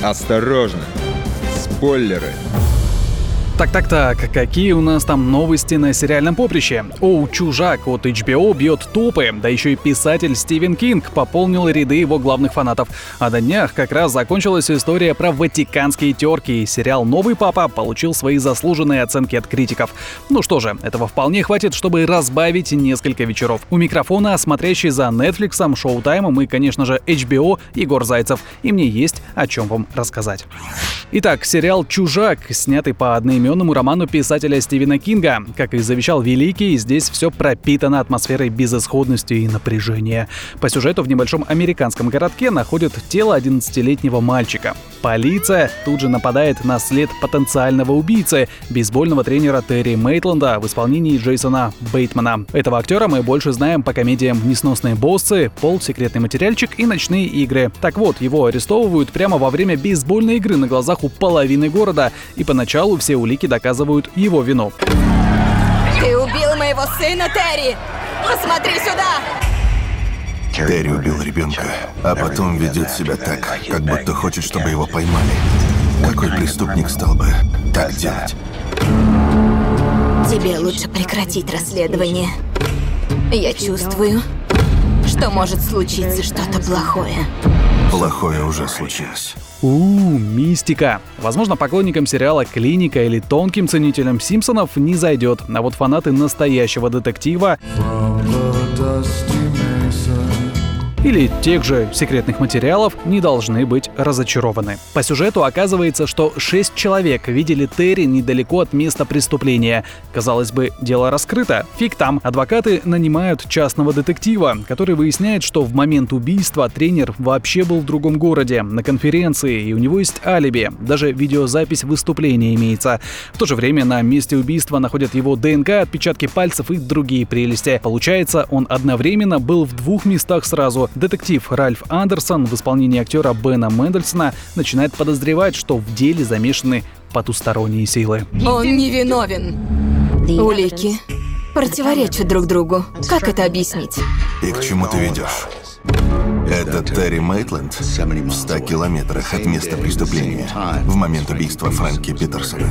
Осторожно! Спойлеры! Так, какие у нас там новости на сериальном поприще? «Чужак» от HBO бьет топы, да еще и писатель Стивен Кинг пополнил ряды его главных фанатов. А на днях как раз закончилась история про ватиканские терки, и сериал «Новый папа» получил свои заслуженные оценки от критиков. Ну что же, этого вполне хватит, чтобы разбавить несколько вечеров. У микрофона смотрящий за Netflix, Showtime и, конечно же, HBO Егор Зайцев. И мне есть о чем вам рассказать. Итак, сериал «Чужак», снятый по одноименному роману писателя Стивена Кинга. Как и завещал великий, здесь все пропитано атмосферой безысходности и напряжения. По сюжету в небольшом американском городке находят тело 11-летнего мальчика. Полиция тут же нападает на след потенциального убийцы, бейсбольного тренера Терри Мейтленда в исполнении Джейсона Бейтмана. Этого актера мы больше знаем по комедиям «Несносные боссы», «Пол», «Секретный материальчик» и «Ночные игры». Так вот, его арестовывают прямо во время бейсбольной игры на глазах у половины города, и поначалу все улики доказывают его вину. Ты убил моего сына, Терри! Посмотри сюда! Терри убил ребенка, а потом ведет себя так, как будто хочет, чтобы его поймали. Какой преступник стал бы так делать? Тебе лучше прекратить расследование. Я чувствую, что может случиться что-то плохое. Плохое уже случилось. Мистика. Возможно, поклонникам сериала «Клиника» или тонким ценителям «Симпсонов» не зайдет, а вот фанаты настоящего детектива или тех же секретных материалов не должны быть разочарованы. По сюжету оказывается, что 6 человек видели Терри недалеко от места преступления. Казалось бы, дело раскрыто. Фиг там. Адвокаты нанимают частного детектива, который выясняет, что в момент убийства тренер вообще был в другом городе, на конференции, и у него есть алиби. Даже видеозапись выступления имеется. В то же время на месте убийства находят его ДНК, отпечатки пальцев и другие прелести. Получается, он одновременно был в 2 местах сразу. Детектив Ральф Андерсон в исполнении актера Бена Мендельсона начинает подозревать, что в деле замешаны потусторонние силы. Он невиновен. Улики противоречат друг другу. Как это объяснить? И к чему ты ведешь? Это Терри Мейтленд в 100 километрах от места преступления в момент убийства Фрэнки Питерсона.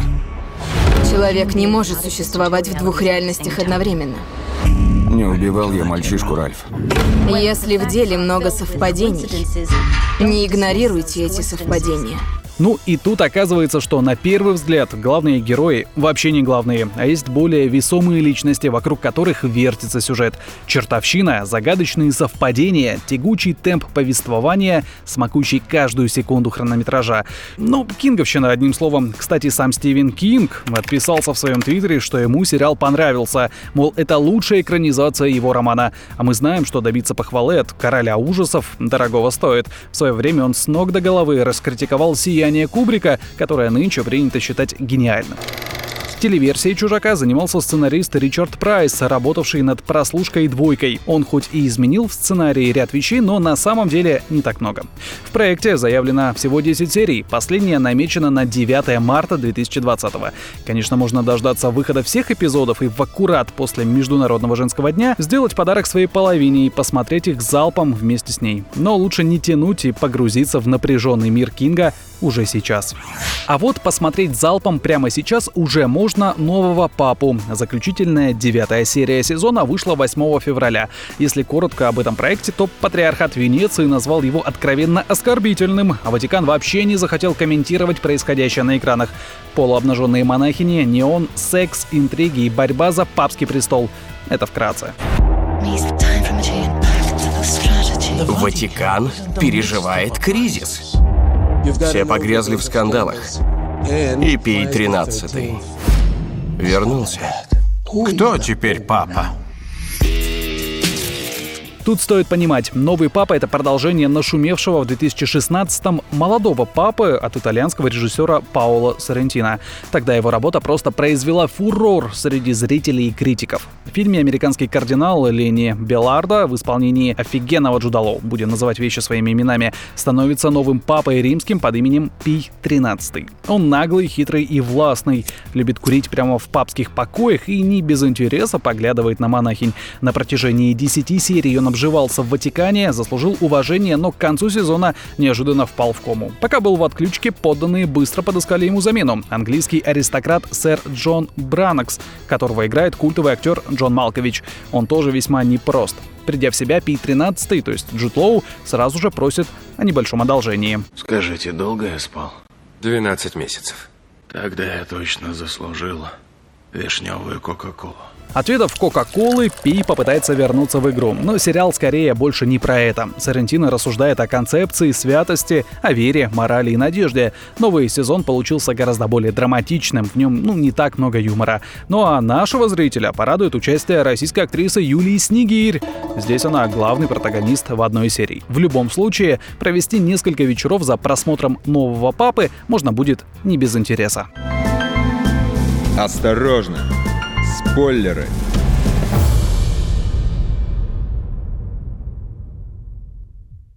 Человек не может существовать в 2 реальностях одновременно. Не убивал я мальчишку, Ральф. Если в деле много совпадений, не игнорируйте эти совпадения. Ну и тут оказывается, что на первый взгляд главные герои вообще не главные, а есть более весомые личности, вокруг которых вертится сюжет. Чертовщина, загадочные совпадения, тягучий темп повествования, смакующий каждую секунду хронометража. Ну, кинговщина, одним словом. Кстати, сам Стивен Кинг отписался в своем твиттере, что ему сериал понравился. Мол, это лучшая экранизация его романа. А мы знаем, что добиться похвалы от короля ужасов дорогого стоит. В свое время он с ног до головы раскритиковал «Сияние» Кубрика, которое нынче принято считать гениальным. Телеверсией «Чужака» занимался сценарист Ричард Прайс, работавший над «Прослушкой» и «Двойкой». Он хоть и изменил в сценарии ряд вещей, но на самом деле не так много. В проекте заявлено всего 10 серий, последняя намечена на 9 марта 2020-го. Конечно, можно дождаться выхода всех эпизодов и в аккурат после Международного женского дня сделать подарок своей половине и посмотреть их залпом вместе с ней. Но лучше не тянуть и погрузиться в напряженный мир Кинга уже сейчас. А вот посмотреть залпом прямо сейчас уже можно «Нового папу». Заключительная 9-я серия сезона вышла 8 февраля. Если коротко об этом проекте, то патриархат Венеции назвал его откровенно оскорбительным, а Ватикан вообще не захотел комментировать происходящее на экранах. Полуобнаженные монахини, неон, секс, интриги и борьба за папский престол. Это вкратце. Ватикан переживает кризис. Все погрязли в скандалах. И Пий XIII вернулся. Кто теперь папа? Тут стоит понимать, «Новый папа» — это продолжение нашумевшего в 2016-м «Молодого папы» от итальянского режиссера Паоло Соррентино. Тогда его работа просто произвела фурор среди зрителей и критиков. В фильме американский кардинал Лени Беллардо в исполнении офигенного Джуда Лоу, будем называть вещи своими именами, становится новым папой римским под именем Пий XIII. Он наглый, хитрый и властный, любит курить прямо в папских покоях и не без интереса поглядывает на монахинь. На протяжении 10 серий он обживался в Ватикане, заслужил уважение, но к концу сезона неожиданно впал в кому. Пока был в отключке, подданные быстро подыскали ему замену. Английский аристократ сэр Джон Бранокс, которого играет культовый актер Джон Малкович. Он тоже весьма непрост. Придя в себя, Пий 13, то есть Джуд Лоу, сразу же просит о небольшом одолжении. Скажите, долго я спал? 12 месяцев. Тогда я точно заслужил вишневую Кока-Колу. Ответов Кока-Колы, Пий попытается вернуться в игру. Но сериал скорее больше не про это. Соррентино рассуждает о концепции, святости, о вере, морали и надежде. Новый сезон получился гораздо более драматичным. В нем, не так много юмора. Ну а нашего зрителя порадует участие российской актрисы Юлии Снегирь. Здесь она главный протагонист в одной серии. В любом случае, провести несколько вечеров за просмотром нового папы можно будет не без интереса. Осторожно! Спойлеры!